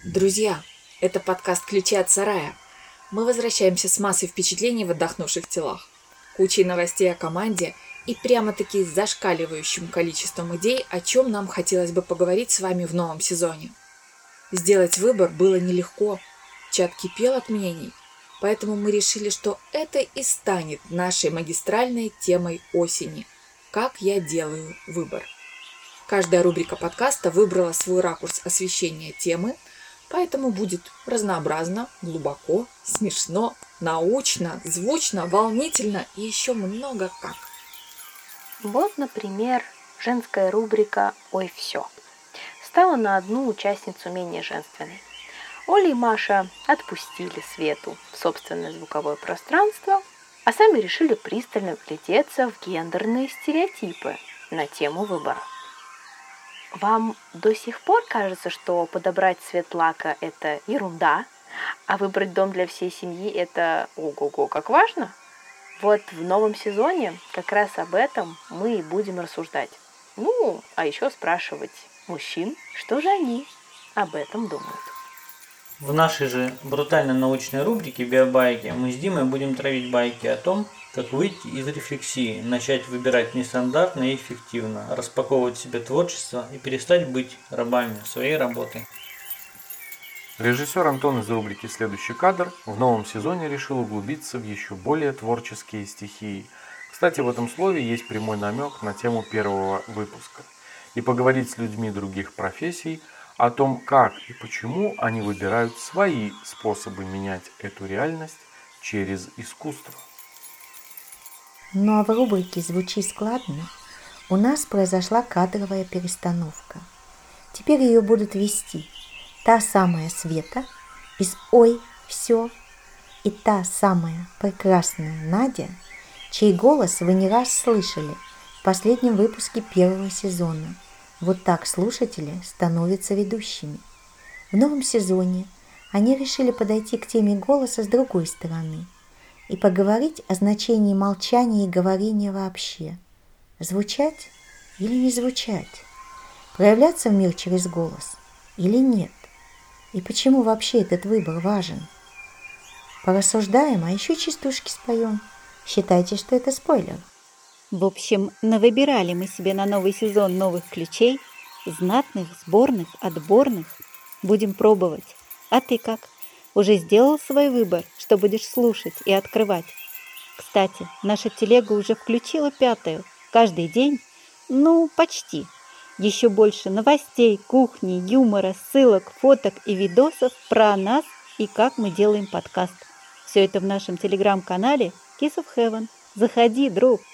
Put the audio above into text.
Друзья, это подкаст «Ключи от сарая». Мы возвращаемся с массой впечатлений в отдохнувших телах, кучей новостей о команде и прямо-таки зашкаливающим количеством идей, о чем нам хотелось бы поговорить с вами в новом сезоне. Сделать выбор было нелегко, чат кипел от мнений, поэтому мы решили, что это и станет нашей магистральной темой осени – «Как я делаю выбор». Каждая рубрика подкаста выбрала свой ракурс освещения темы, поэтому будет разнообразно, глубоко, смешно, научно, звучно, волнительно и еще много как. Вот, например, женская рубрика «Ой, все» стала на одну участницу менее женственной. Оля и Маша отпустили Свету в собственное звуковое пространство, а сами решили пристально вглядеться в гендерные стереотипы на тему выбора. Вам до сих пор кажется, что подобрать цвет лака – это ерунда, а выбрать дом для всей семьи – это ого-го, как важно? Вот в новом сезоне как раз об этом мы и будем рассуждать. А еще спрашивать мужчин, что же они об этом думают. В нашей же брутально научной рубрике «Биобайки» мы с Димой будем травить байки о том, как выйти из рефлексии, начать выбирать нестандартно и эффективно, распаковывать в себе творчество и перестать быть рабами своей работы. Режиссер Антон из рубрики «Следующий кадр» в новом сезоне решил углубиться в еще более творческие стихии. Кстати, в этом слове есть прямой намек на тему первого выпуска. И поговорить с людьми других профессий о том, как и почему они выбирают свои способы менять эту реальность через искусство. Ну а в рубрике «Звучи складно» у нас произошла кадровая перестановка. Теперь ее будут вести та самая Света из «Ой, все» и та самая прекрасная Надя, чей голос вы не раз слышали в последнем выпуске первого сезона. Вот так слушатели становятся ведущими. В новом сезоне они решили подойти к теме голоса с другой стороны и поговорить о значении молчания и говорения вообще. Звучать или не звучать? Проявляться в мир через голос или нет? И почему вообще этот выбор важен? Порассуждаем, а еще частушки споем. Считайте, что это спойлер. В общем, навыбирали мы себе на новый сезон новых ключей, знатных, сборных, отборных. Будем пробовать. А ты как? Уже сделал свой выбор, что будешь слушать и открывать? Кстати, наша телега уже включила 5-ю. Каждый день? Почти. Еще больше новостей, кухни, юмора, ссылок, фоток и видосов про нас и как мы делаем подкаст. Все это в нашем телеграм-канале Kiss of Heaven. Заходи, друг!